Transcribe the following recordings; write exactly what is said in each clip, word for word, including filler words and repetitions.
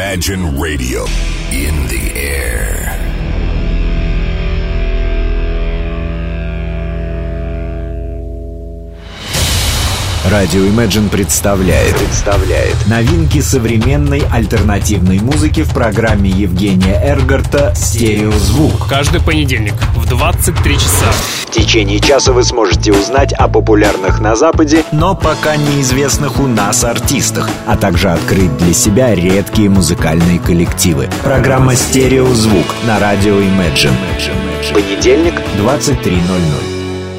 Imagine Radio in the air. Радио Imagine представляет, представляет новинки современной альтернативной музыки в программе Евгения Эргарта «Стереозвук». Каждый понедельник в двадцать три часа. В течение часа вы сможете узнать о популярных на Западе, но пока неизвестных у нас артистах, а также открыть для себя редкие музыкальные коллективы. Программа «Стереозвук» на радио Imagine. Понедельник, двадцать три ноль ноль.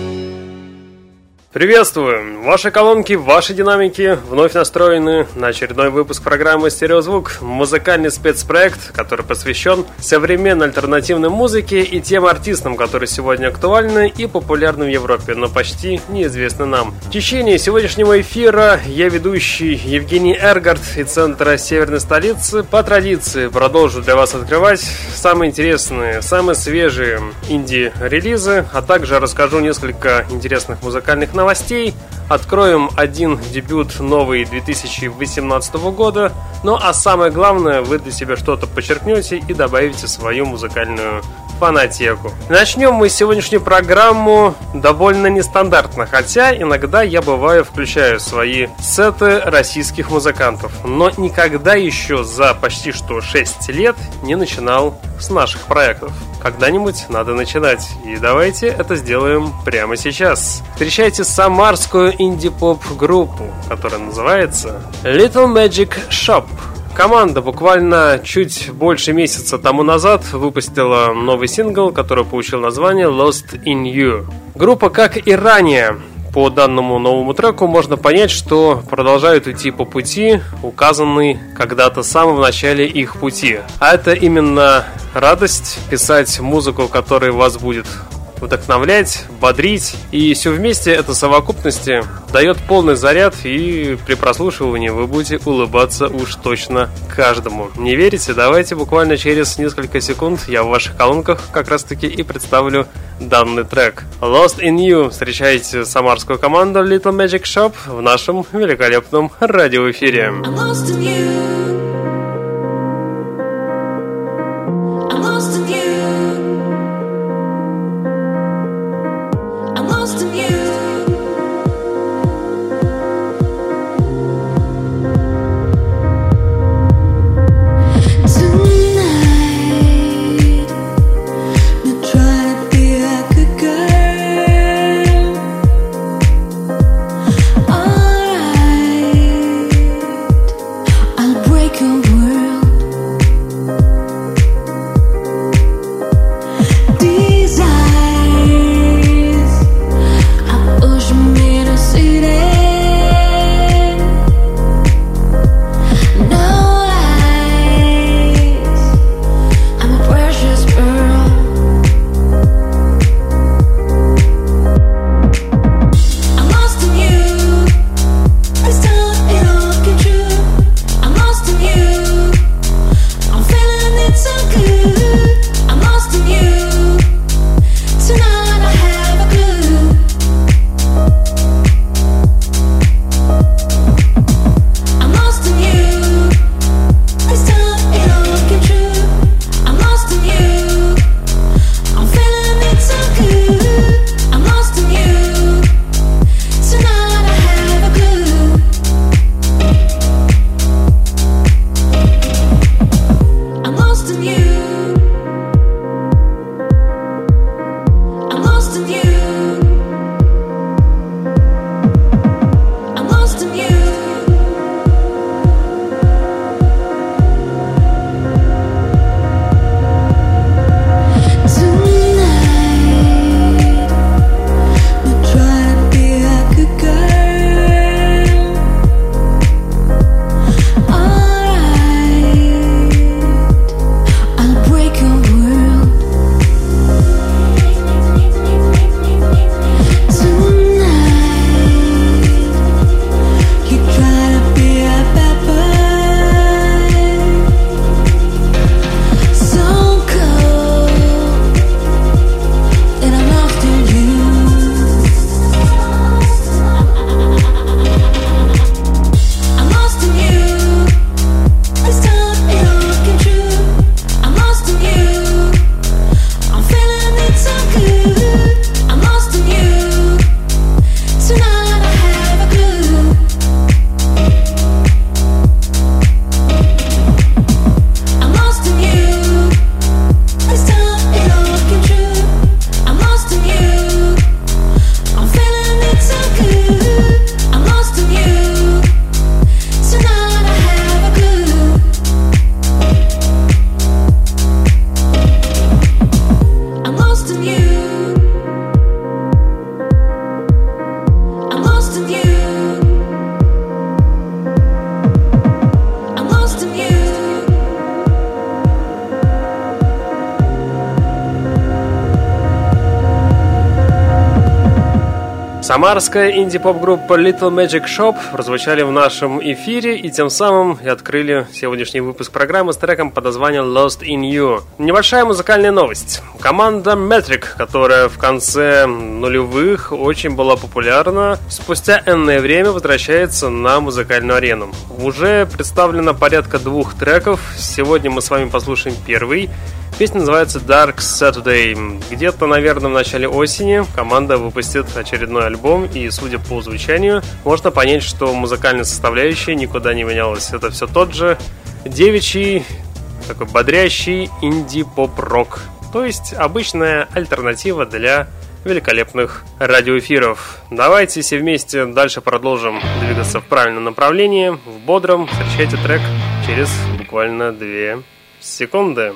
Приветствую! Ваши колонки, ваши динамики вновь настроены на очередной выпуск программы «Стереозвук». Музыкальный спецпроект, который посвящен современной альтернативной музыке и тем артистам, которые сегодня актуальны и популярны в Европе, но почти неизвестны нам. В течение сегодняшнего эфира я, ведущий Евгений Эргарт из центра северной столицы, по традиции продолжу для вас открывать самые интересные, самые свежие инди-релизы, а также расскажу несколько интересных музыкальных новостей. Откроем один дебют новый две тысячи восемнадцатого года. Ну а самое главное, вы для себя что-то подчеркнете и добавите свою музыкальную фонотеку. Начнем мы сегодняшнюю программу довольно нестандартно, хотя иногда я бываю включаю свои сеты российских музыкантов, но никогда еще за почти что шесть лет не начинал с наших проектов. Когда-нибудь надо начинать, и давайте это сделаем прямо сейчас. Встречайте самарскую инди-поп-группу, которая называется Little Magic Shop. Команда буквально чуть больше месяца тому назад выпустила новый сингл, который получил название Lost in You. Группа, как и ранее, по данному новому треку можно понять, что продолжают идти по пути, указанный когда-то в самом начале их пути. А это именно радость писать музыку, которая вас будет вдохновлять, бодрить. И все вместе это в совокупности дает полный заряд, и при прослушивании вы будете улыбаться уж точно каждому. Не верите? Давайте буквально через несколько секунд я в ваших колонках как раз таки и представлю данный трек. Lost in You. Встречайте самарскую команду Little Magic Shop в нашем великолепном радиоэфире. Break Самарская инди-поп-группа Little Magic Shop прозвучали в нашем эфире и тем самым и открыли сегодняшний выпуск программы с треком под названием Lost in You. Небольшая музыкальная новость. Команда Metric, которая в конце нулевых очень была популярна, спустя энное время возвращается на музыкальную арену. Уже представлено порядка двух треков. Сегодня мы с вами послушаем первый. Песня называется Dark Saturday. Где-то, наверное, в начале осени команда выпустит очередной альбом, и, судя по звучанию, можно понять, что музыкальная составляющая никуда не менялась. Это все тот же девичий, такой бодрящий инди-поп-рок. То есть обычная альтернатива для великолепных радиоэфиров. Давайте все вместе дальше продолжим двигаться в правильном направлении, в бодром. Встречайте трек через буквально две секунды.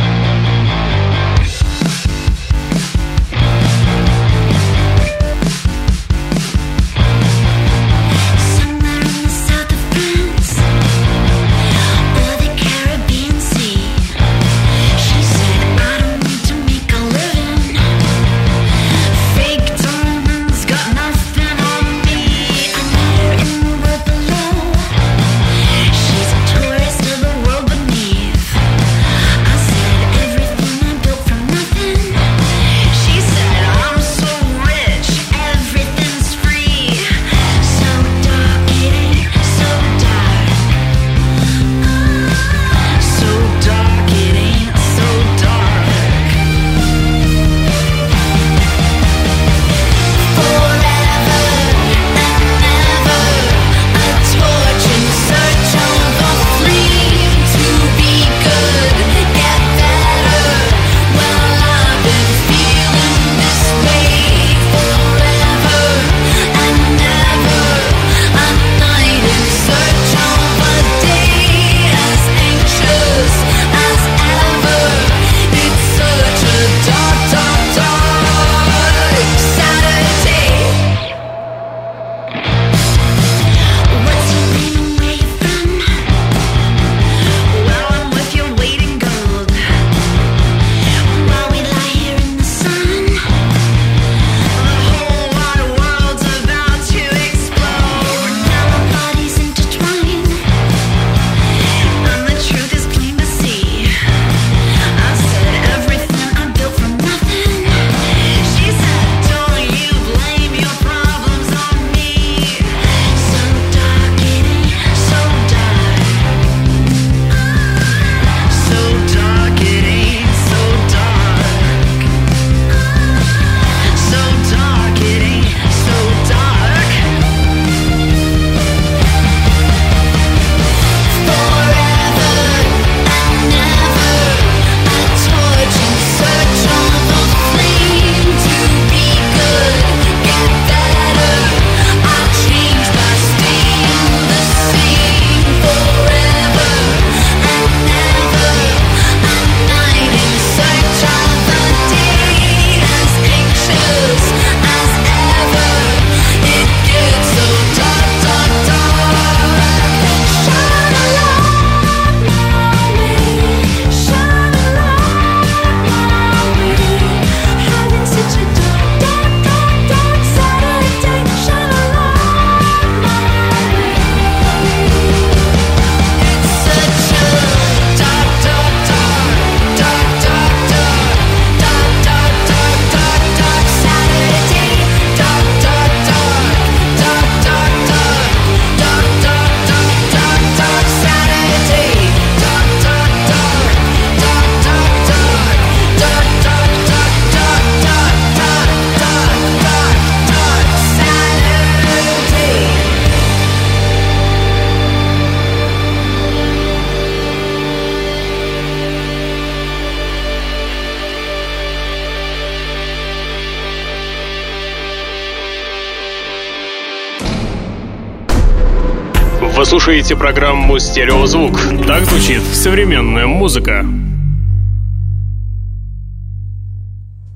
Вы слушаете программу «Стереозвук». Так звучит современная музыка.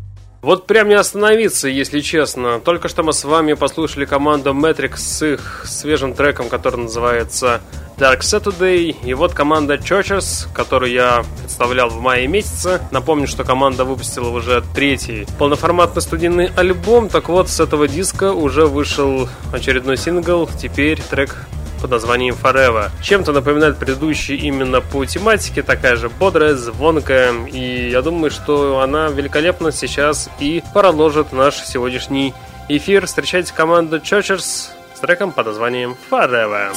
Вот прям не остановиться, если честно. Только что мы с вами послушали команду Matrix с их свежим треком, который называется Dark Saturday. И вот команда Churches, которую я представлял в мае месяце. Напомню, что команда выпустила уже третий полноформатный студийный альбом. Так вот, с этого диска уже вышел очередной сингл. Теперь трек под названием Forever. Чем-то напоминает предыдущий именно по тематике, такая же бодрая, звонкая, и я думаю, что она великолепно сейчас и продолжит наш сегодняшний эфир. Встречайте команду Churches с треком под названием Forever.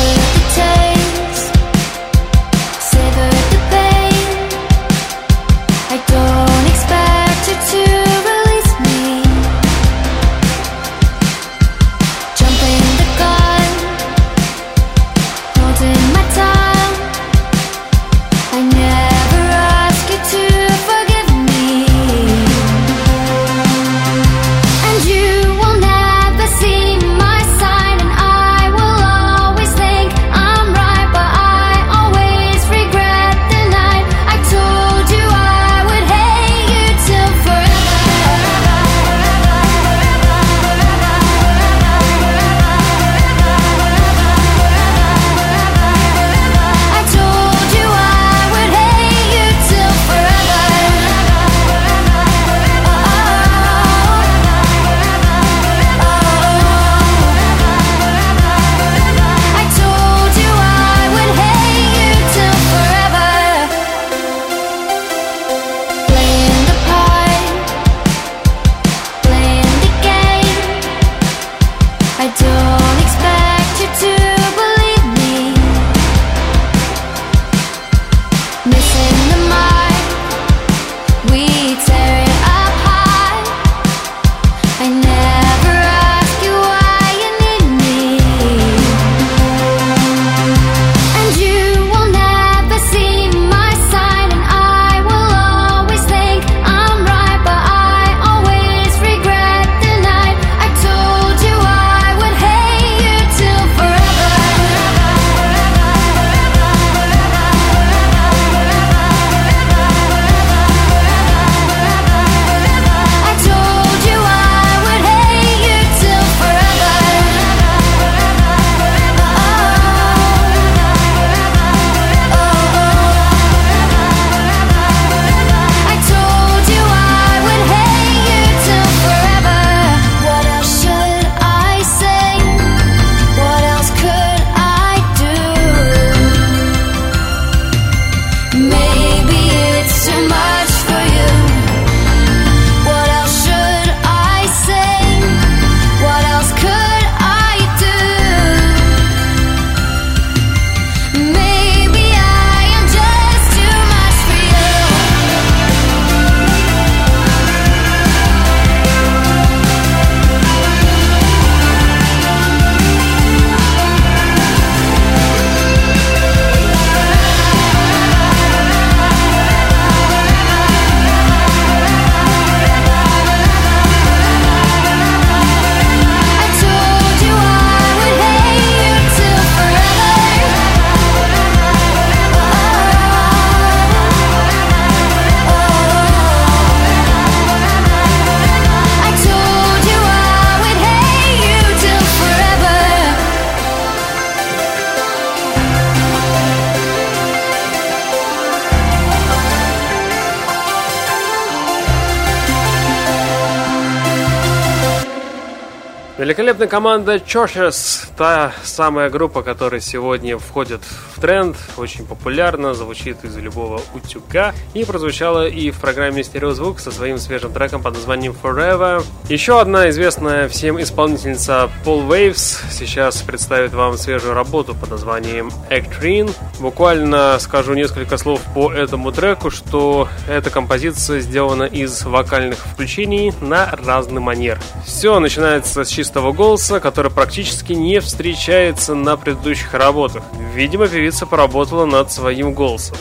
Великолепная команда Churches, та самая группа, которая сегодня входит в тренд, очень популярна, звучит из любого утюга и прозвучала и в программе «Стереозвук» со своим свежим треком под названием Forever. Еще одна известная всем исполнительница Paul Waves сейчас представит вам свежую работу под названием Actrine. Буквально скажу несколько слов по этому треку, что эта композиция сделана из вокальных включений на разный манер. Все начинается с чистого голоса, который практически не встречается на предыдущих работах. Видимо, певица поработала над своим голосом.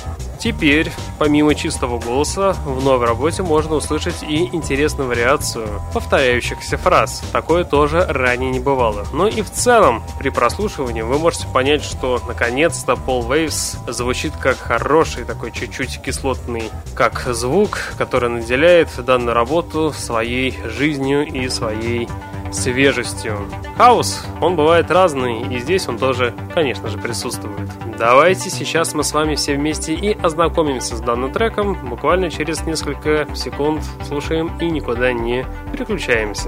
Теперь, помимо чистого голоса, в новой работе можно услышать и интересную вариацию повторяющихся фраз. Такое тоже ранее не бывало. Но и в целом, при прослушивании вы можете понять, что наконец-то Пол Вейвс звучит как хороший, такой чуть-чуть кислотный, как звук, который наделяет данную работу своей жизнью и своей свежестью. Хаус, он бывает разный, и здесь он тоже, конечно же, присутствует. Давайте сейчас мы с вами все вместе и ознакомимся с данным треком. Буквально через несколько секунд слушаем и никуда не переключаемся.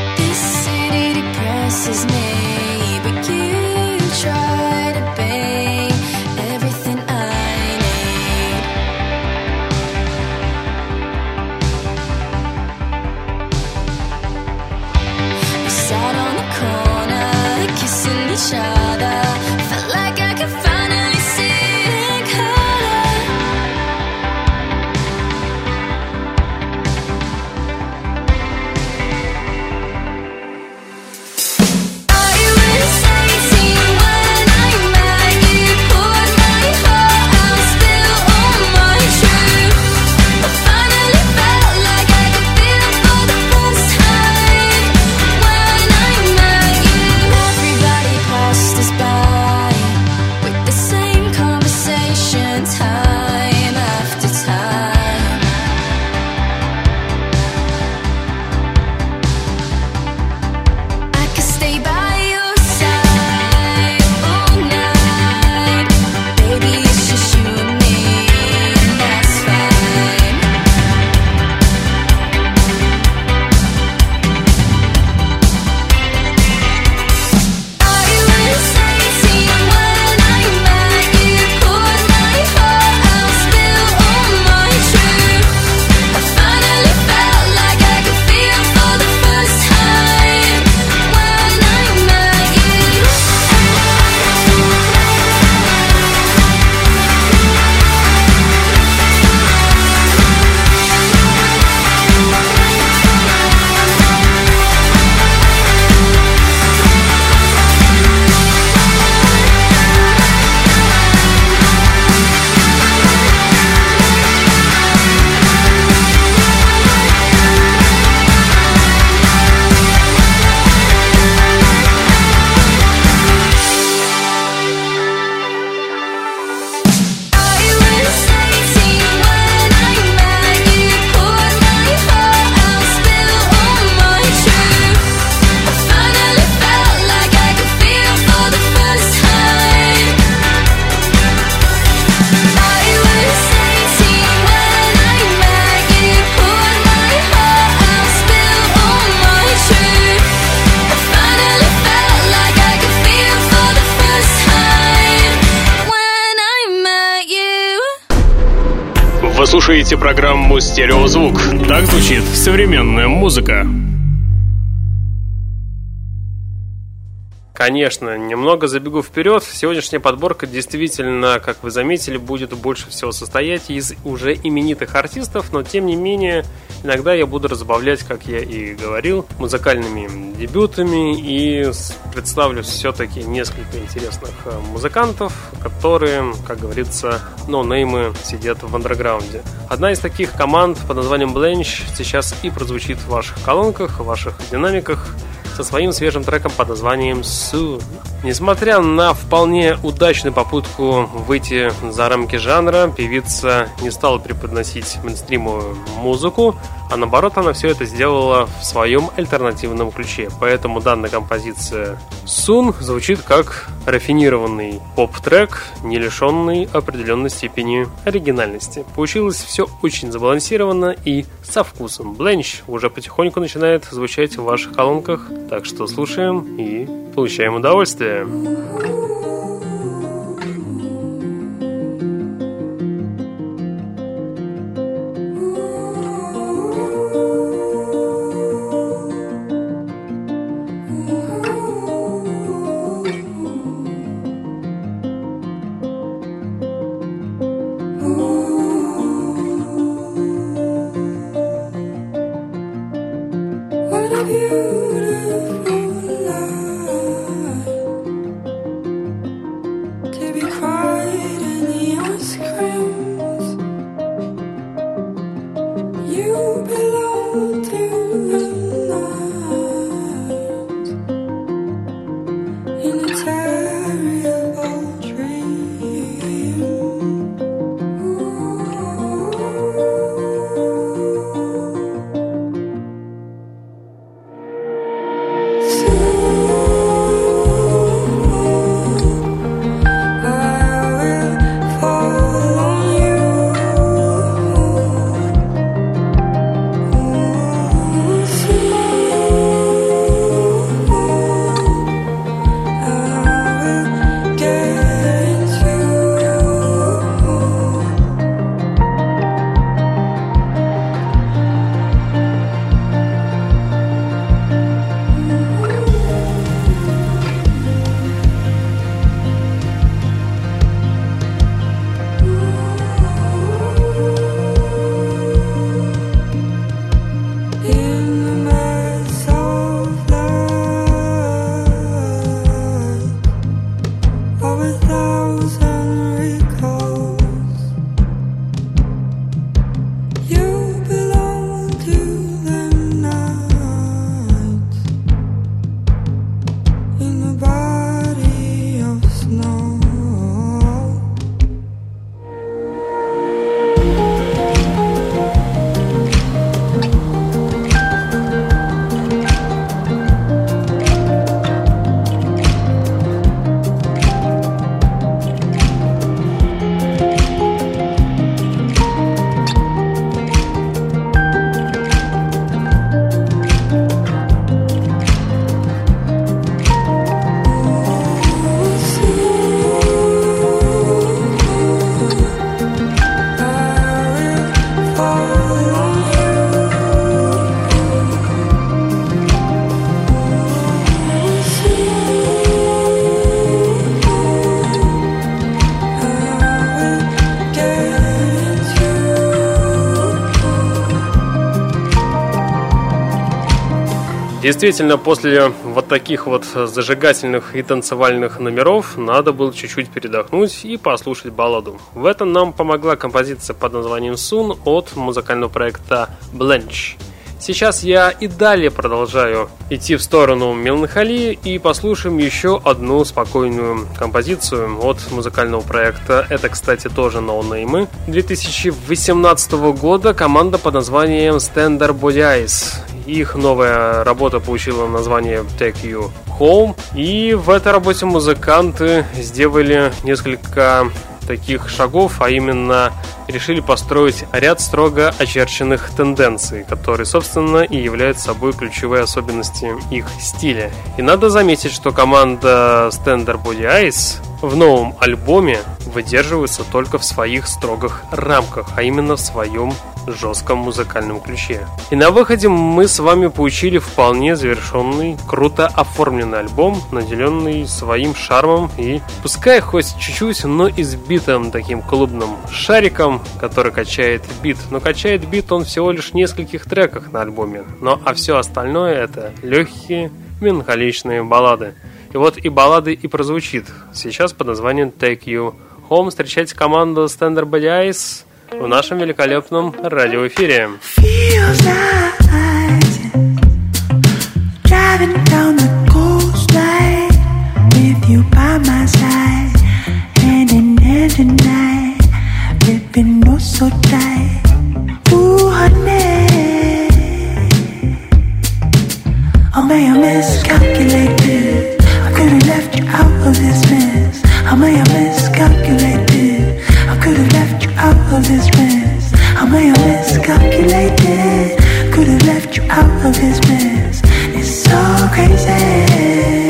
Each other, felt like I could finally see in color. I was eighteen when I met you, poured my heart out, spilled all my truth. I finally felt like I could feel for the first time when I met you. Everybody passed us by with the same conversation, time after time. I could stay by your side all night. Baby, it's just you and me, and that's fine. I was eighteen when I met you, poured my heart out, spilled all my truth. I finally felt like I could feel for the first time when I met you. I was eighteen when I met you, poured my heart out, spilled all my truth. I finally felt like I could feel for the first time. I was eighteen when I met you, poured my heart out, spilled all my truth. I finally felt like I could feel for the first time when I met you. Вы слушаете программу «Стереозвук». Так звучит современная музыка. Конечно, немного забегу вперед. Сегодняшняя подборка действительно, как вы заметили, будет больше всего состоять из уже именитых артистов, но тем не менее, иногда я буду разбавлять, как я и говорил, музыкальными дебютами и представлю все-таки несколько интересных музыкантов, которые, как говорится, ноунеймы сидят в андерграунде. Одна из таких команд под названием Blanche сейчас и прозвучит в ваших колонках, в ваших динамиках, со своим свежим треком под названием Soon. Несмотря на вполне удачную попытку выйти за рамки жанра, певица не стала преподносить мейнстримовую музыку, а наоборот она все это сделала в своем альтернативном ключе. Поэтому данная композиция Soon звучит как рафинированный поп-трек, не лишенный определенной степени оригинальности. Получилось все очень забалансировано и со вкусом. Blanche уже потихоньку начинает звучать в ваших колонках, так что слушаем и получаем удовольствие. What a beautiful life to be quiet in the ice cream. Действительно, после вот таких вот зажигательных и танцевальных номеров надо было чуть-чуть передохнуть и послушать балладу. В этом нам помогла композиция под названием Soon от музыкального проекта Blanche. Сейчас я и далее продолжаю идти в сторону меланхолии и послушаем еще одну спокойную композицию от музыкального проекта. Это, кстати, тоже ноунеймы. две тысячи восемнадцатого года команда под названием Standard Body Eyes. Их новая работа получила название Take You Home. И в этой работе музыканты сделали несколько таких шагов, а именно решили построить ряд строго очерченных тенденций, которые, собственно, и являются собой ключевой особенностью их стиля. И надо заметить, что команда Standard Body Eyes в новом альбоме выдерживается только в своих строгих рамках, а именно в своем жестком музыкальном ключе. И на выходе мы с вами получили вполне завершенный, круто оформленный альбом, наделенный своим шармом и, пускай хоть чуть-чуть, но избитым таким клубным шариком, который качает бит. Но качает бит он всего лишь в нескольких треках на альбоме. Но а все остальное это легкие, меланхоличные баллады. И вот и баллады и прозвучит сейчас под названием Take You Home. Встречайте команду Standard Body Eyes в нашем великолепном радиоэфире. Oh, may I miscalculated? I could have left you out of this mess. I may have miscalculated. I could have left you out of this mess. I may have miscalculated. Could have left you out of this mess. It's so crazy.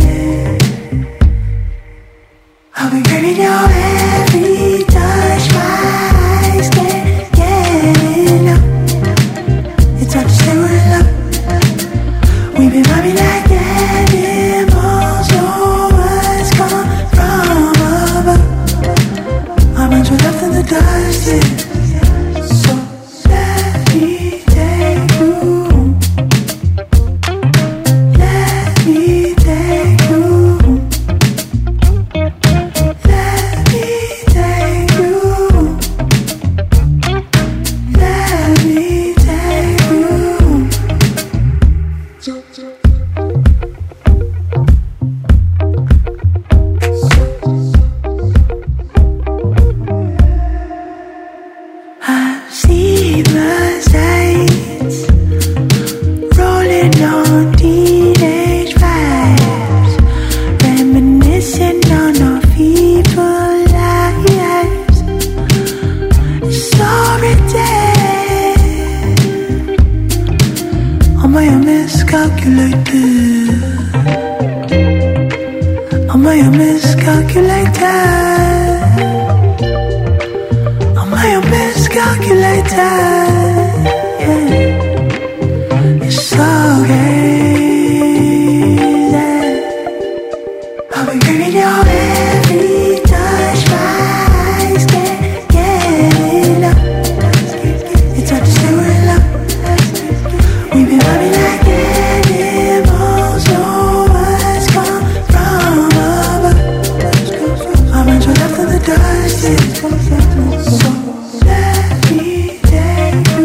I've been craving your every touch, my skin, getting up. It's hard to stay with love. We've been vibing like animals. No one's come from above. Our minds were left in the dust, yeah. So let me take you home. Let me take you home. Let me take you home. Let me take you home. I see the sights rolling on teenage vibes, reminiscing on our feeble lives. So pretend. I may have miscalculated. I may have miscalculated. I may have miscalculated. Yeah. It's so crazy. I've been craving your every touch, my skin, getting up. It's hard to stay with love. We've been vibing like animals. No one's come from above. Our minds were left in the dust, yeah. So let me take you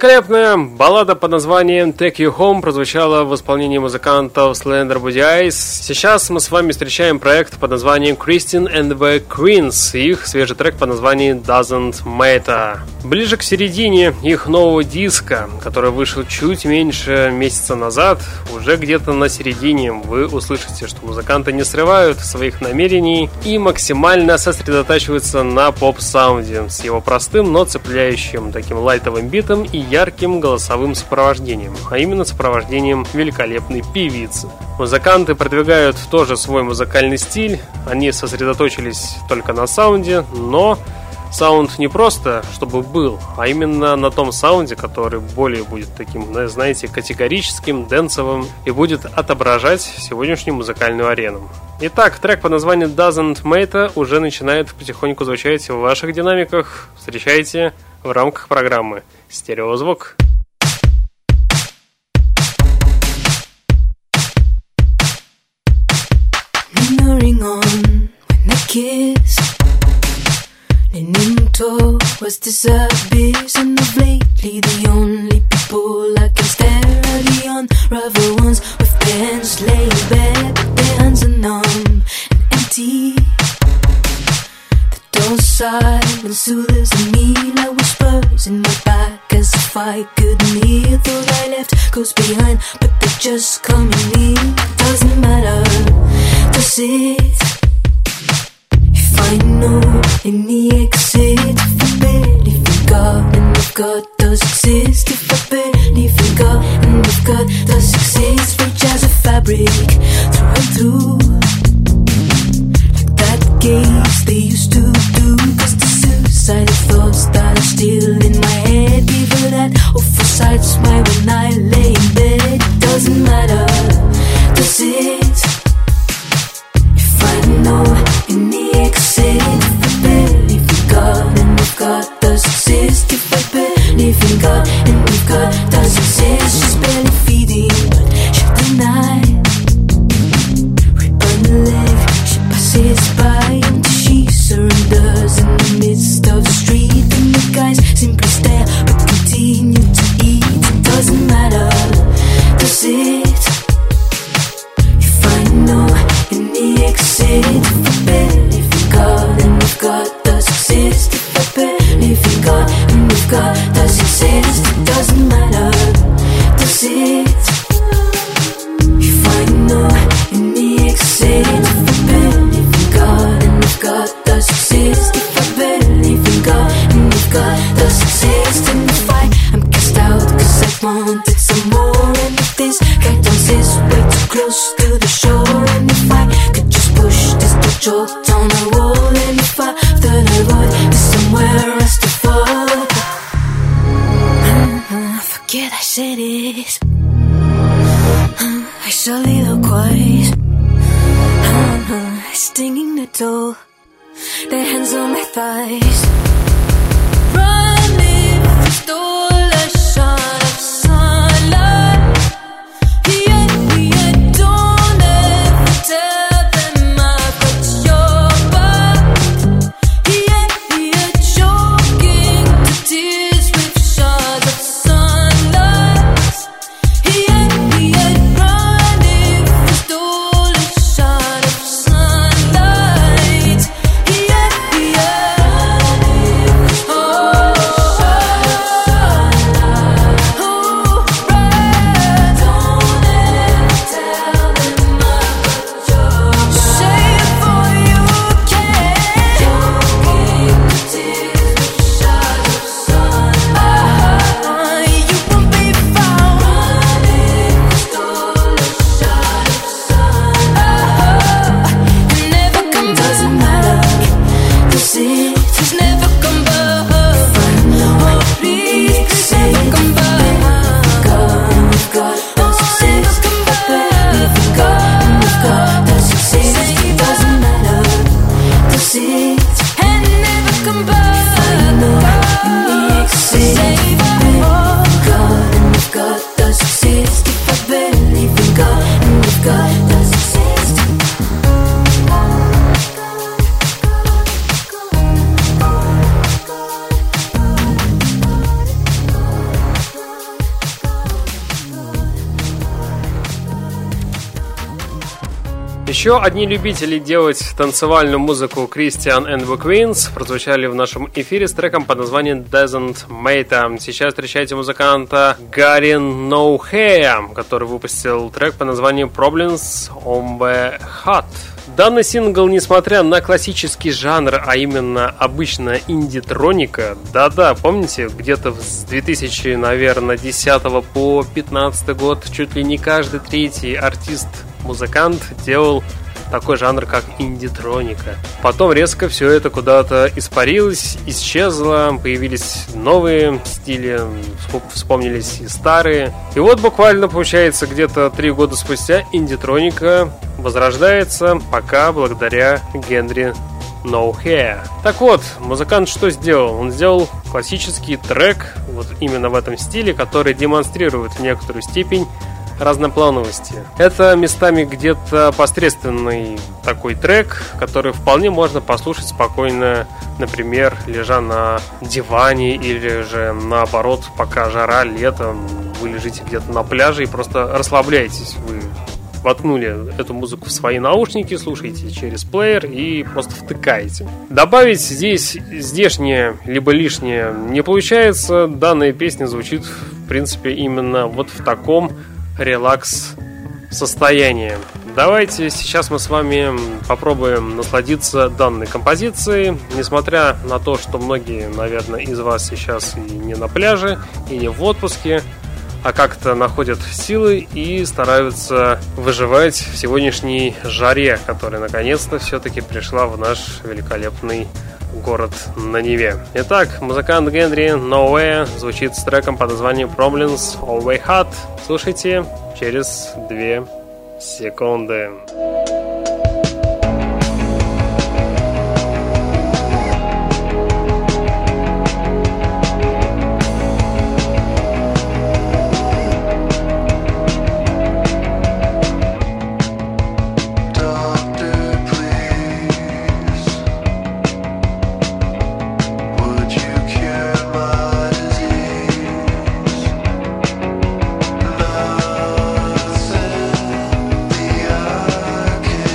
Великолепная баллада под названием Take You Home прозвучала в исполнении музыкантов Slender Body Eyes. Сейчас мы с вами встречаем проект под названием Christine and the Queens и их свежий трек под названием Doesn't Matter. Ближе к середине их нового диска, который вышел чуть меньше месяца назад, уже где-то на середине вы услышите, что музыканты не срывают своих намерений и максимально сосредотачиваются на поп-саунде с его простым, но цепляющим таким лайтовым битом и ярким голосовым сопровождением, а именно сопровождением великолепной певицы. Музыканты продвигают тоже свой музыкальный стиль, они сосредоточились только на саунде, но саунд не просто чтобы был, а именно на том саунде, который более будет таким, знаете, категорическим, дэнсовым и будет отображать сегодняшнюю музыкальную арену. Итак, трек под названием Doesn't Matter уже начинает потихоньку звучать в ваших динамиках. Встречайте в рамках программы «Стереозвук». Lingering on when I kiss, leaning towards this abyss, and of lately the only people I can stare are the unravel ones with their hands laid bare, but their hands are numb and empty. The door silence soothes me like whispers in my back, as if I couldn't hear. Thought I left goes behind, but they're just coming in. Doesn't matter, does it? If I know any exit, if I barely forgot, and if God does exist, if I barely forgot, and if God does exist, rich as a fabric, through and through, like that gaze they used to do. Cause the suicidal thoughts that are still in my head, even that awful sight smile when I lay in bed. It doesn't matter, does it? If I know any exit, if I barely forgot, and if God does exist, if I barely forgot, and if God does exist, she's barely feeding, but she'll deny. Rip on the leg, she passes by until she surrenders in the midst of the street, and the guys simply stare but continue to eat. It doesn't matter, does it? If I know any exit, if I barely forgot, and if God does exist, if I barely forgot, and if God does exist, it doesn't matter, does it? If I know any exit, if I barely forgot, and if God does exist, if I barely forgot, and if God does exist, and if I am cast out cause I wanted some more, and if this guy does is way too close to the shore, and if I could just push this door down the wall, and if after the road is somewhere else to fall, uh, forget I said it, uh, I soliloquize, uh, stinging the toe, their hands on my thighs, running if you stole a shot of sunlight, yeah, yeah, don't ever tell them I've got your back, yeah, yeah, choking to tears with shards of sunlight, yeah, yeah, running if you stole a shot of sunlight, yeah, yeah, oh, oh, oh. Еще одни любители делать танцевальную музыку Christian and the Queens прозвучали в нашем эфире с треком под названием Doesn't Matter. Сейчас встречайте музыканта Гарри Ноухея, который выпустил трек под названием Problems on the Heart. Данный сингл, несмотря на классический жанр, а именно обычно инди-троника, да-да, помните, где-то с две тысячи, наверное, десятого по пятнадцатый год чуть ли не каждый третий артист-музыкант делал такой жанр, как инди-троника. Потом резко все это куда-то испарилось, исчезло, появились новые стили, вспомнились и старые. И вот буквально, получается, где-то три года спустя инди-троника возрождается, пока благодаря Генри Ноухея. Так вот, музыкант что сделал? Он сделал классический трек, вот именно в этом стиле, который демонстрирует в некоторую степень разноплановости. Это местами где-то посредственный такой трек, который вполне можно послушать спокойно, например, лежа на диване или же наоборот, пока жара, летом, вы лежите где-то на пляже и просто расслабляетесь. Вы воткнули эту музыку в свои наушники, слушаете через плеер и просто втыкаете. Добавить здесь здешнее либо лишнее не получается. Данная песня звучит, в принципе, именно вот в таком релакс состояние. Давайте сейчас мы с вами попробуем насладиться данной композицией. Несмотря на то, что многие, наверное, из вас сейчас и не на пляже, и не в отпуске, а как-то находят силы и стараются выживать в сегодняшней жаре, которая наконец-то все-таки пришла в наш великолепный город на Неве. Итак, музыкант Генри Ноуэ звучит с треком под названием Problems on the Heart. Слушайте через две секунды. Nothing the eye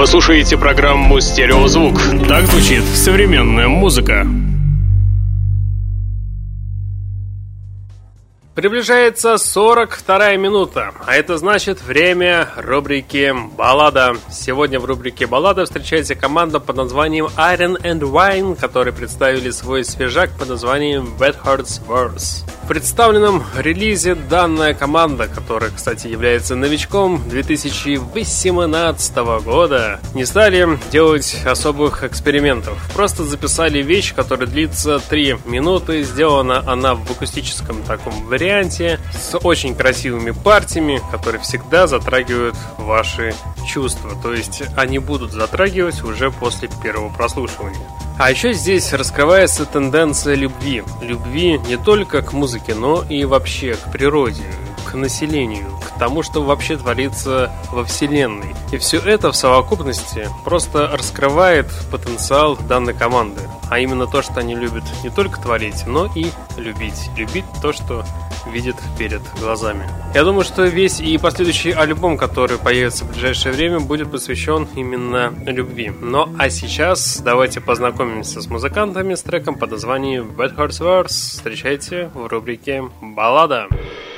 Вы слушаете программу «Стереозвук». Так звучит современная музыка. Приближается сорок вторая минута, а это значит время рубрики «Баллада». Сегодня в рубрике «Баллада» встречается команда под названием Iron and Wine, которые представили свой свежак под названием Wet Hearts Verse. В представленном релизе данная команда, которая, кстати, является новичком две тысячи восемнадцатого года, не стали делать особых экспериментов. Просто записали вещь, которая длится три минуты. Сделана она в акустическом таком варианте, с очень красивыми партиями, которые всегда затрагивают ваши чувства. То есть они будут затрагивать уже после первого прослушивания. А еще здесь раскрывается тенденция любви. Любви не только к музыке, но и вообще к природе, к населению, к тому, что вообще творится во Вселенной. И все это в совокупности просто раскрывает потенциал данной команды. А именно то, что они любят не только творить, но и любить. Любить то, что видят перед глазами. Я думаю, что весь и последующий альбом, который появится в ближайшее время, будет посвящен именно любви. Ну а сейчас давайте познакомимся с музыкантами с треком под названием Wet Hearts Verse. Встречайте в рубрике «Баллада».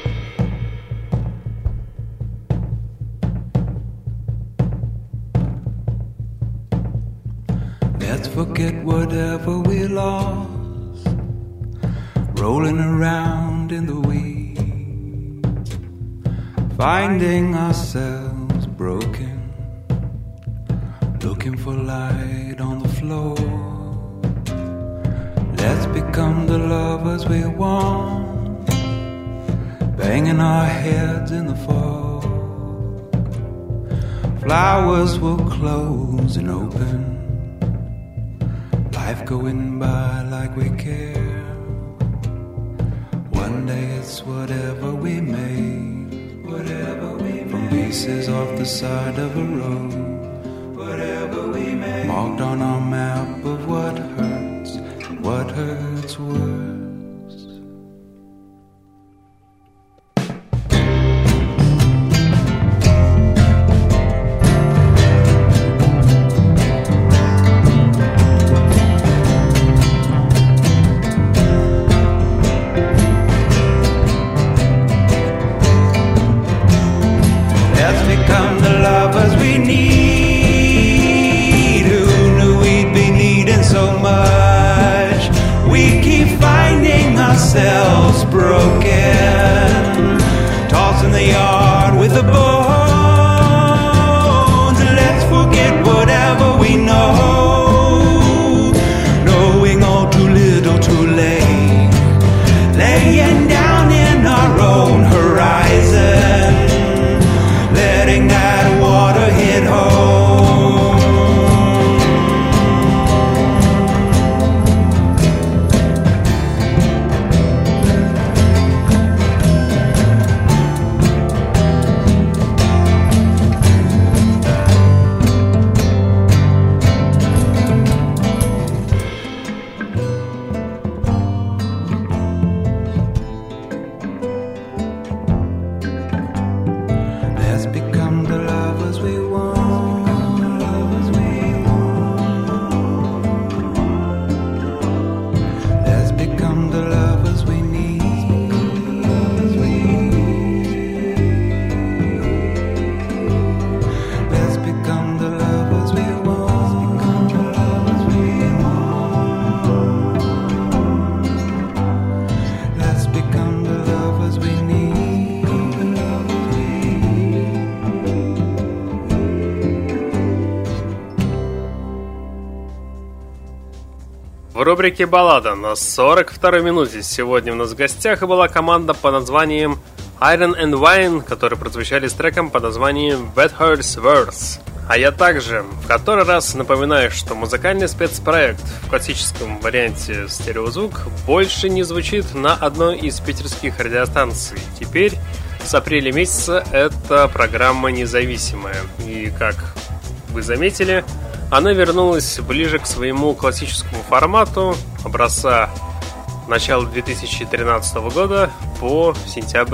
Let's forget whatever we lost, rolling around in the weeds, finding ourselves broken, looking for light on the floor. Let's become the lovers we want, banging our heads in the fog. Flowers will close and open, life going by like we care. One day it's whatever we made, whatever we made. From pieces off the side of a road, whatever we made. Marked on our map of what hurts, what hurts worse. Ourselves broken, tossing the yard with the bones. Let's forget whatever we know, knowing all too little too late, laying down in our own horizon, letting that water hit home. В рубрике «Баллада» на сорок второй минуте сегодня у нас в гостях и была команда под названием Iron and Wine, которые прозвучали с треком под названием Wet Hearts Verse. А я также в который раз напоминаю, что музыкальный спецпроект в классическом варианте «Стереозвук» больше не звучит на одной из питерских радиостанций. Теперь с апреля месяца эта программа независимая. И как вы заметили, она вернулась ближе к своему классическому формату образца начала две тысячи тринадцатого года по сентябрь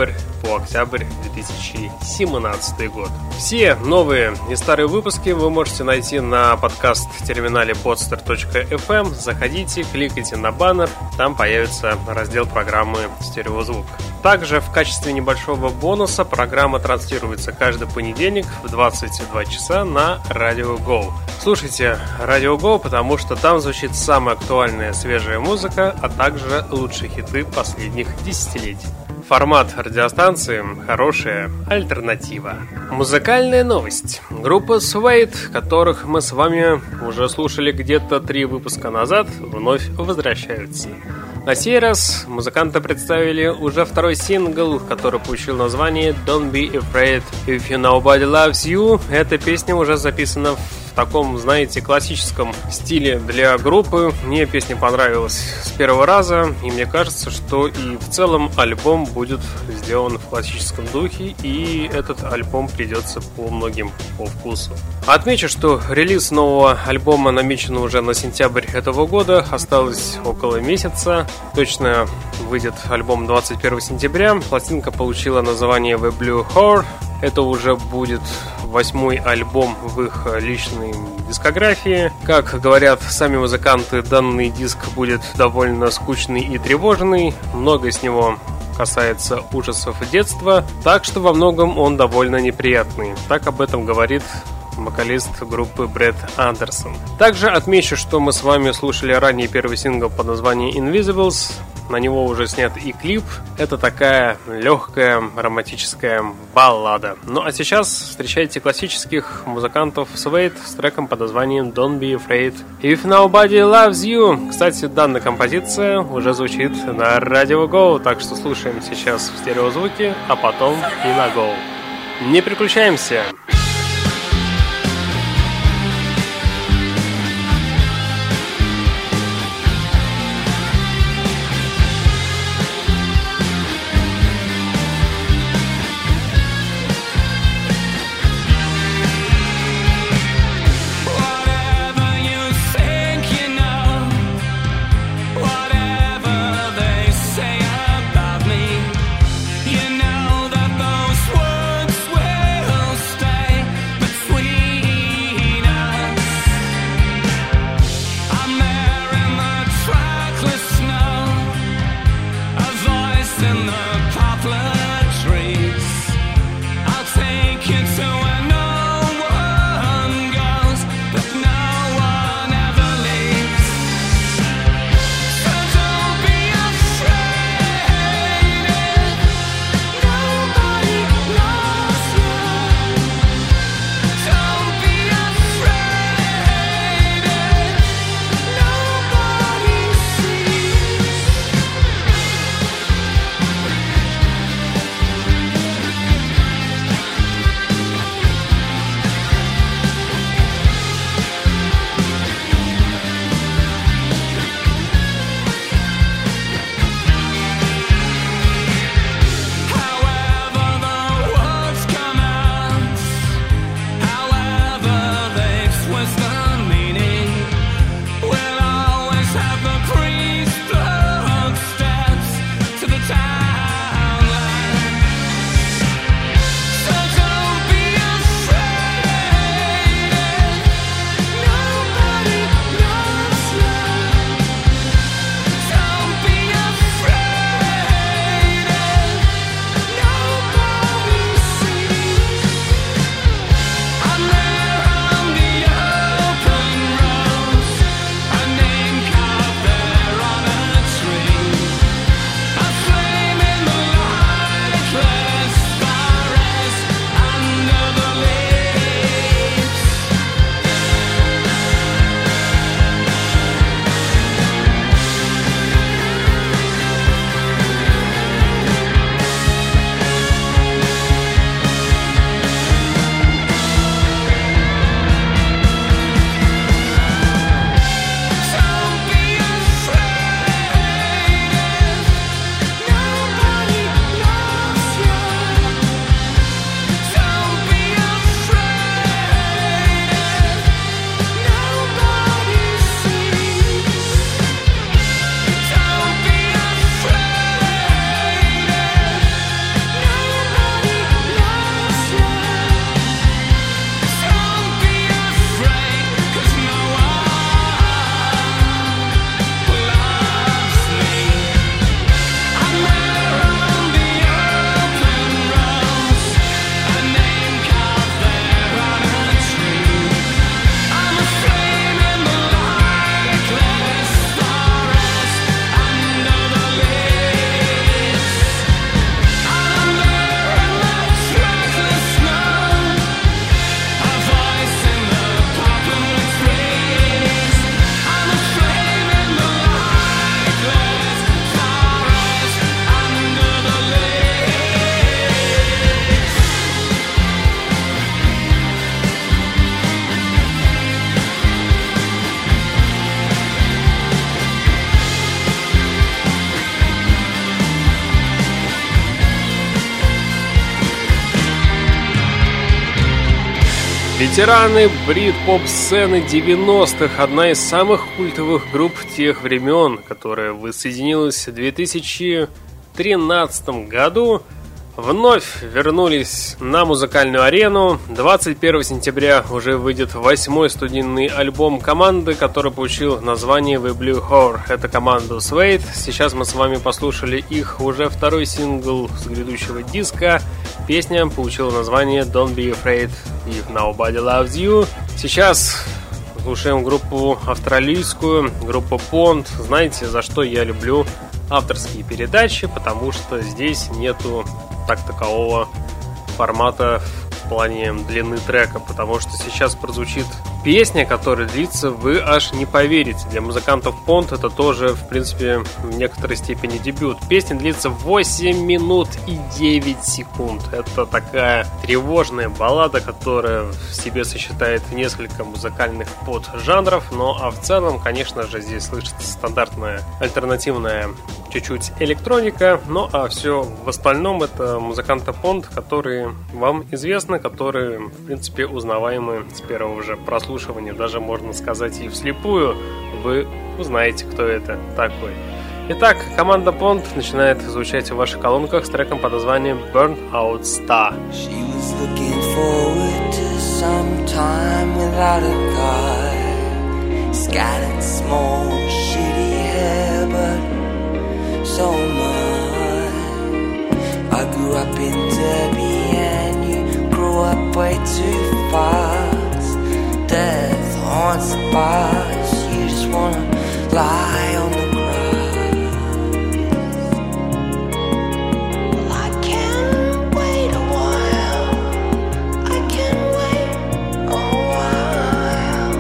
по октябрь две тысячи семнадцатый год. Все новые и старые выпуски вы можете найти на подкаст-терминале podster точка эф эм. Заходите, кликайте на баннер, там появится раздел программы «Стереозвук». Также в качестве небольшого бонуса программа транслируется каждый понедельник в двадцать два часа на Radio Go. Слушайте Radio Go, потому что там звучит самая актуальная свежая музыка, а также лучшие хиты последних десятилетий. Формат радиостанции – хорошая альтернатива. Музыкальная новость. Группа Suede, которых мы с вами уже слушали где-то три выпуска назад, вновь возвращаются. На сей раз музыканты представили уже второй сингл, который получил название «Don't Be Afraid If Nobody Loves You». Эта песня уже записана в таком, знаете, классическом стиле для группы. Мне песня понравилась с первого раза, и мне кажется, что и в целом альбом будет сделан в классическом духе, и этот альбом придется по многим по вкусу. Отмечу, что релиз нового альбома намечен уже на сентябрь этого года, осталось около месяца. Точно выйдет альбом двадцать первого сентября. Пластинка получила название The Blue Whore. Это уже будет восьмой альбом в их личной дискографии. Как говорят сами музыканты, данный диск будет довольно скучный и тревожный. Много с него касается ужасов детства, так что во многом он довольно неприятный. Так об этом говорит вокалист группы Брэд Андерсон. Также отмечу, что мы с вами слушали ранее первый сингл под названием Invisibles. На него уже снят и клип. Это такая легкая романтическая баллада. Ну а сейчас встречайте классических музыкантов Suede с треком под названием Don't Be Afraid If Nobody Loves You. Кстати, данная композиция уже звучит на Radio Go, так что слушаем сейчас в стереозвуке, а потом и на Go. Не переключаемся! You know that those words will stay. Ветераны брит-поп-сцены девяностых, одна из самых культовых групп тех времен, которая воссоединилась в две тысячи тринадцатом году, вновь вернулись на музыкальную арену. двадцать первого сентября уже выйдет восьмой студийный альбом команды, который получил название The Blue Whore. Это команда Suede. Сейчас мы с вами послушали их уже второй сингл с грядущего диска. Песня получила название Don't Be Afraid If Nobody Loves You. Сейчас слушаем группу австралийскую, группу Pond. Знаете, за что я люблю авторские передачи? Потому что здесь нету так такового формата в плане длины трека, потому что сейчас прозвучит песня, которая длится, вы аж не поверите. Для музыкантов Pond это тоже, в принципе, в некоторой степени дебют. Песня длится восемь минут и девять секунд. Это такая тревожная баллада, которая в себе сочетает несколько музыкальных поджанров, но а в целом, конечно же, здесь слышится стандартная альтернативная чуть-чуть электроника, ну а все в остальном это музыканты Pond, которые вам известны, которые, в принципе, узнаваемы с первого же прослушивания, даже можно сказать и вслепую вы узнаете, кто это такой. Итак, команда Pond начинает звучать в ваших колонках с треком под названием Burnout Star. She was looking forward to some time without a guy. Scattered small shitty hair, but so much. I grew up in Derby and you grew up way too fast. Death haunts the bars, you just wanna lie on the grass. Well, I can wait a while, I can wait a while.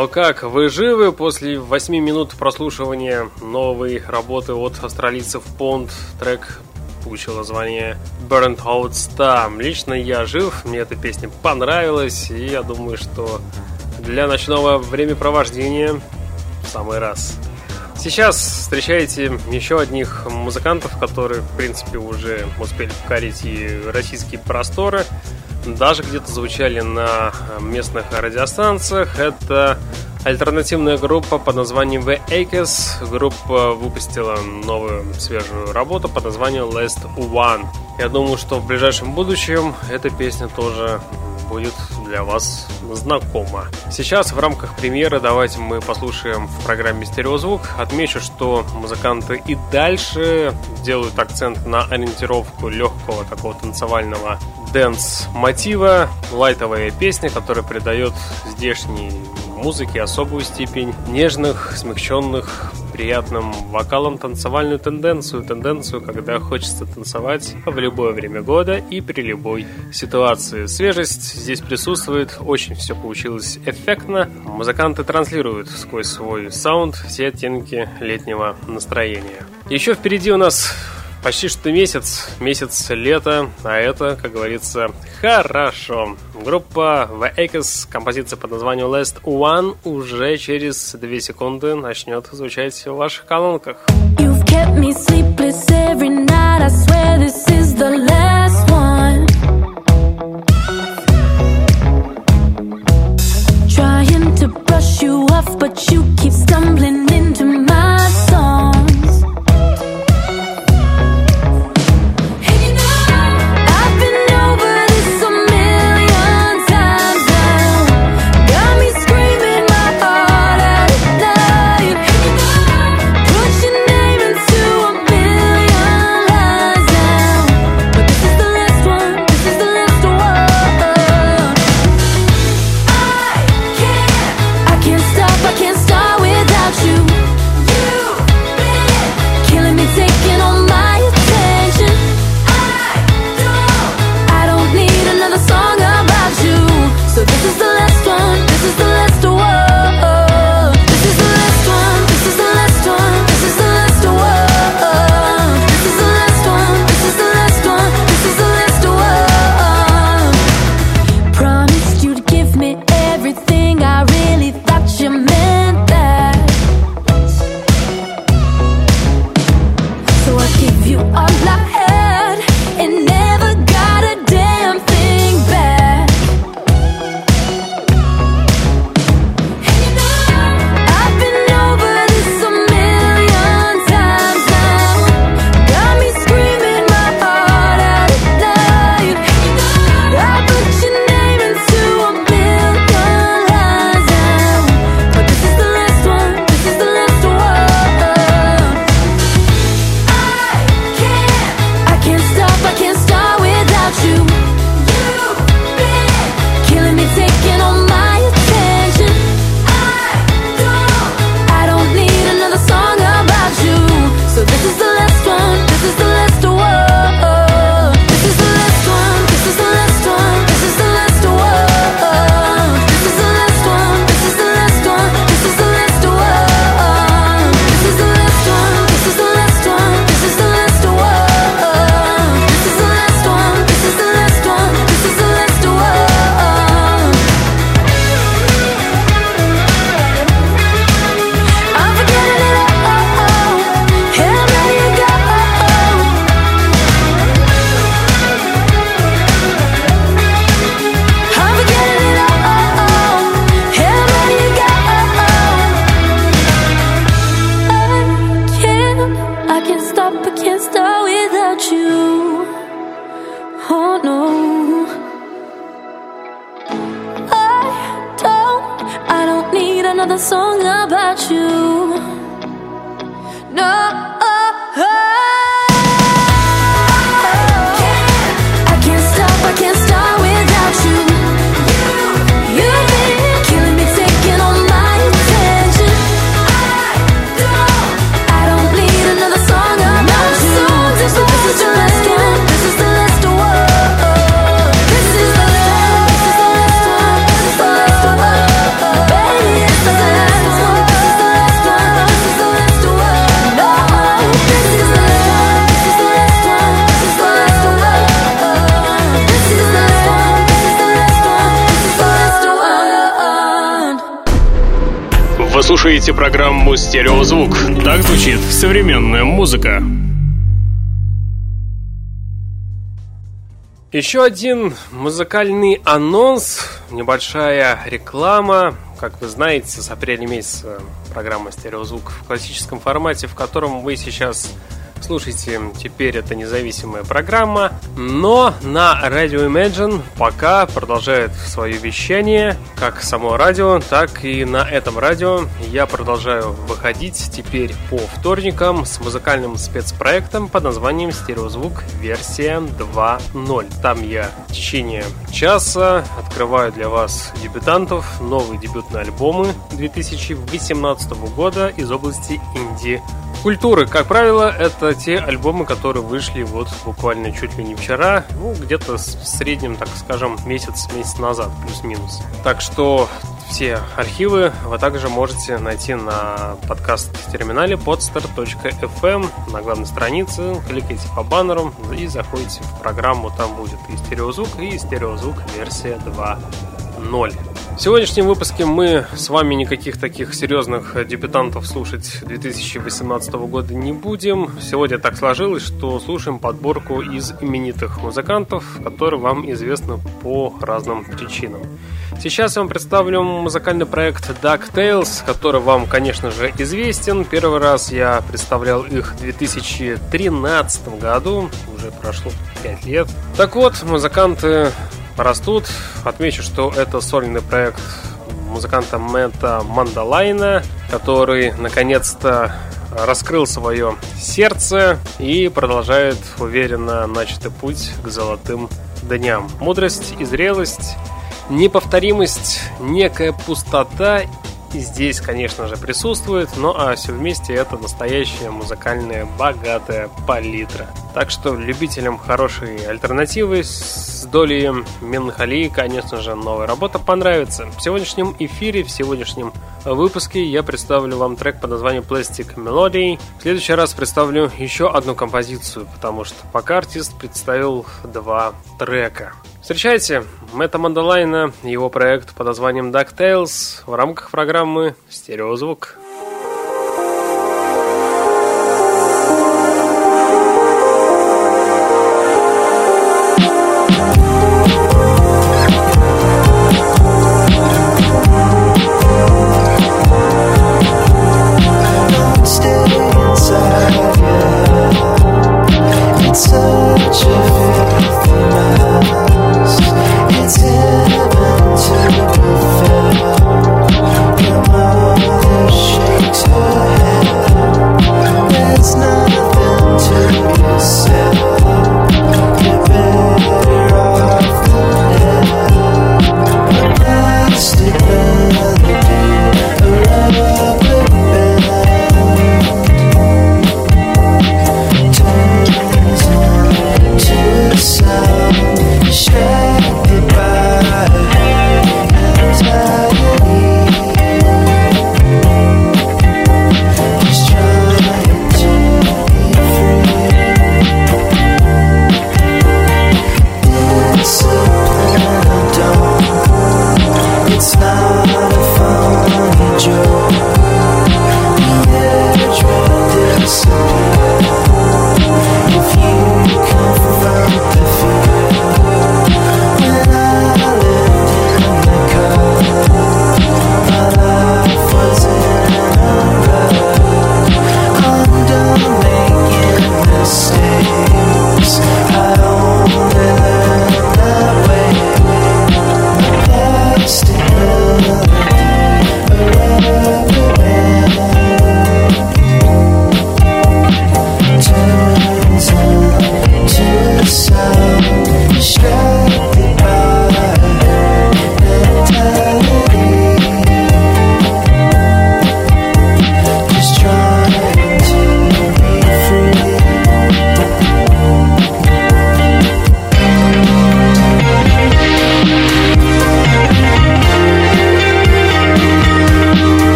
Ну как, вы живы после восьми минут прослушивания новой работы от австралийцев Pond? Трек получил название Burnt Out Star. Лично я жив, мне эта песня понравилась, и я думаю, что для ночного времяпровождения в самый раз. Сейчас встречаете еще одних музыкантов, которые, в принципе, уже успели покорить и российские просторы. Даже где-то звучали на местных радиостанциях. Это альтернативная группа под названием The Acres. Группа выпустила новую свежую работу под названием Last One. Я думаю, что в ближайшем будущем эта песня тоже будет для вас знакома. Сейчас в рамках премьеры давайте мы послушаем в программе «Стереозвук». Отмечу, что музыканты и дальше делают акцент на ориентировку легкого такого танцевального дэнс-мотива. Лайтовая песня, которая придает здешней музыке особую степень нежных, смягченных, приятным вокалом танцевальную тенденцию. Тенденцию, когда хочется танцевать в любое время года и при любой ситуации. Свежесть здесь присутствует, очень все получилось эффектно. Музыканты транслируют сквозь свой саунд все оттенки летнего настроения. Еще впереди у нас почти что месяц, месяц лета, а это, как говорится, хорошо. Группа The Acres, композиция под названием Last One уже через две секунды начнет звучать в ваших колонках. You've kept me sleepless every night. I swear this is the last one. Trying to brush you off, but you keep stumbling into my songs. another song about you. No. This is the слушаете программу «Стереозвук». Так звучит современная музыка. Еще один музыкальный анонс, небольшая реклама. Как вы знаете, с апреля месяца программа «Стереозвук» в классическом формате, в котором вы сейчас слушайте, теперь это независимая программа, но на Radio Imagine пока продолжает свое вещание, как само радио, так и на этом радио я продолжаю выходить теперь по вторникам с музыкальным спецпроектом под названием «Стереозвук. Версия два ноль». Там я в течение часа открываю для вас дебютантов, новые дебютные альбомы две тысячи восемнадцатого года из области инди-культуры. Как правило, это те альбомы, которые вышли вот буквально чуть ли не вчера, ну, где-то в среднем, так скажем, месяц, месяц назад, плюс-минус. Так что все архивы вы также можете найти на подкаст-терминале podster точка эф эм на главной странице. Кликайте по баннерам и заходите в программу. Там будет и стереозвук, и стереозвук версия два ноль. В сегодняшнем выпуске мы с вами никаких таких серьезных дебютантов слушать две тысячи восемнадцатого года не будем. Сегодня так сложилось, что слушаем подборку из именитых музыкантов, которые вам известны по разным причинам. Сейчас я вам представлю музыкальный проект DuckTales, который вам, конечно же, известен. Первый раз я представлял их в две тысячи тринадцатом году, уже прошло пять лет. Так вот, музыканты растут. Отмечу, что это сольный проект музыканта Мэтта Мандалайна, который наконец-то раскрыл свое сердце и продолжает уверенно начатый путь к золотым дням. Мудрость и зрелость, неповторимость, некая пустота здесь, конечно же, присутствует, но а все вместе это настоящая музыкальная богатая палитра. Так что любителям хорошей альтернативы с долей меланхолии, конечно же, новая работа понравится. В сегодняшнем эфире, в сегодняшнем выпуске я представлю вам трек под названием Plastic Melody. В следующий раз представлю еще одну композицию, потому что пока артист представил два трека. Встречайте Мэтта Мандалайна и его проект под названием DuckTales в рамках программы «Стереозвук». Such a filthy mess. It's heaven to be felt. Your mother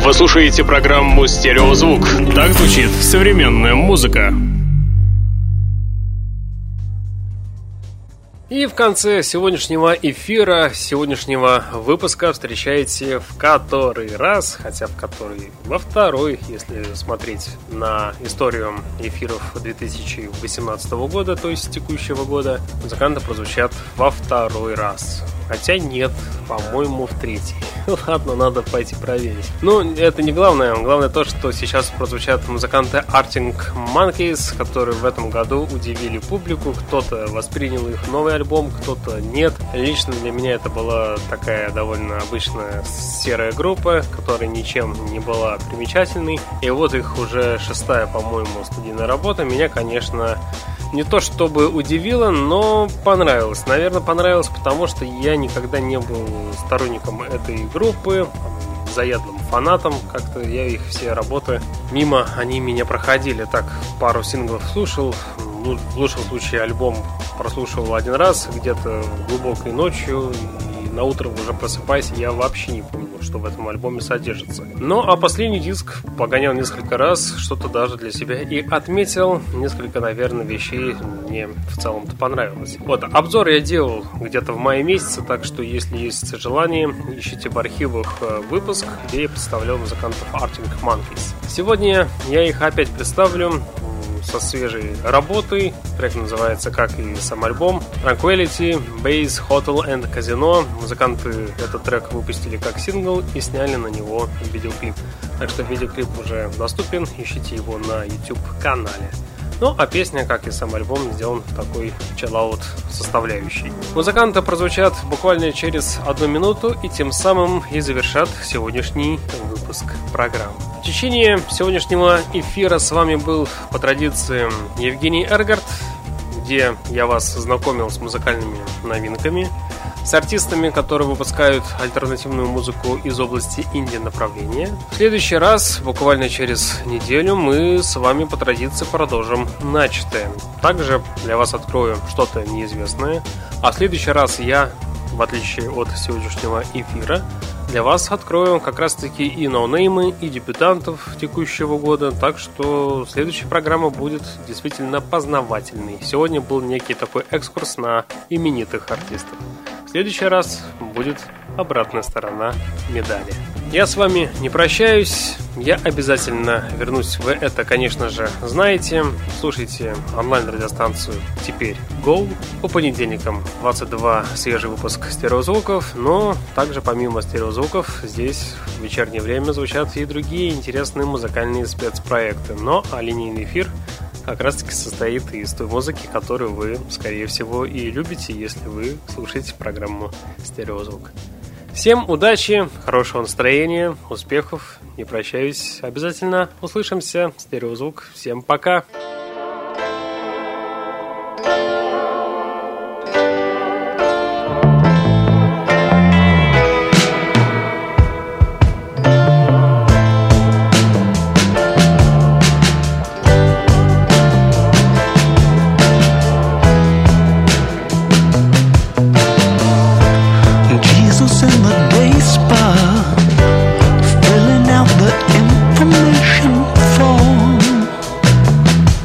Вы слушаете программу «Стереозвук». Так звучит современная музыка. И в конце сегодняшнего эфира, сегодняшнего выпуска встречаете в который раз, хотя в который во второй, если смотреть на историю эфиров две тысячи восемнадцатого года, то есть текущего года, музыканты прозвучат во второй раз. Хотя нет, по-моему, в третий. Ладно, надо пойти проверить. Ну, это не главное. Главное то, что сейчас прозвучат музыканты Arctic Monkeys, которые в этом году удивили публику. Кто-то воспринял их новый альбом, кто-то нет. Лично для меня это была такая довольно обычная серая группа, которая ничем не была примечательной. И вот их уже шестая, по-моему, студийная работа. Меня, конечно, не то чтобы удивило, но понравилось. Наверное, понравилось, потому что я никогда не был сторонником этой группы, заядлым фанатом. Как-то я их все работы мимо, они меня проходили. Так, пару синглов слушал, ну, в лучшем случае альбом прослушивал один раз, где-то глубокой ночью, и на утро уже просыпаясь, я вообще не помню, что в этом альбоме содержится. Ну, а последний диск погонял несколько раз, что-то даже для себя и отметил. Несколько, наверное, вещей мне в целом-то понравилось. Вот, обзор я делал где-то в мае месяце, так что, если есть желание, ищите в архивах выпуск, где я представлял музыкантов Arctic Monkeys. Сегодня я их опять представлю со свежей работой. Трек называется, как и сам альбом, Tranquility, Base, Hotel and Casino. Музыканты этот трек выпустили как сингл и сняли на него видеоклип. Так что видеоклип уже доступен, ищите его на YouTube-канале. Ну, а песня, как и сам альбом, сделан в такой чиллаут составляющей. Музыканты прозвучат буквально через одну минуту и тем самым и завершат сегодняшний выпуск программы. В течение сегодняшнего эфира с вами был по традиции Евгений Эргард, где я вас знакомил с музыкальными новинками, с артистами, которые выпускают альтернативную музыку из области инди-направления. В следующий раз, буквально через неделю, мы с вами по традиции продолжим начатое. Также для вас открою что-то неизвестное. А в следующий раз я, в отличие от сегодняшнего эфира, для вас открою как раз-таки и ноунеймы, и дебютантов текущего года. Так что следующая программа будет действительно познавательной. Сегодня был некий такой экскурс на именитых артистов. В следующий раз будет обратная сторона медали. Я с вами не прощаюсь. Я обязательно вернусь. Вы это, конечно же, знаете. Слушайте онлайн-радиостанцию «Теперь Go». По понедельникам двадцать два свежий выпуск стереозвуков. Но также помимо стереозвуков здесь в вечернее время звучат и другие интересные музыкальные спецпроекты. Но а линейный эфир как раз-таки состоит из той музыки, которую вы, скорее всего, и любите, если вы слушаете программу «Стереозвук». Всем удачи, хорошего настроения, успехов. Не прощаюсь. Обязательно услышимся. Стереозвук. Всем пока. Filling out the information form.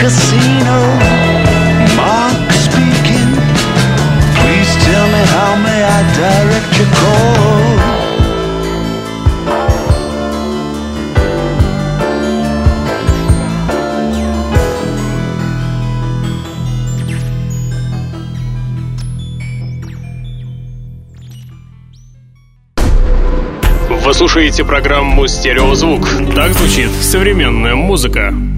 casino. Mark speaking. Please tell me how may I direct your call? Вы слушаете программу «Стереозвук». Так звучит современная музыка.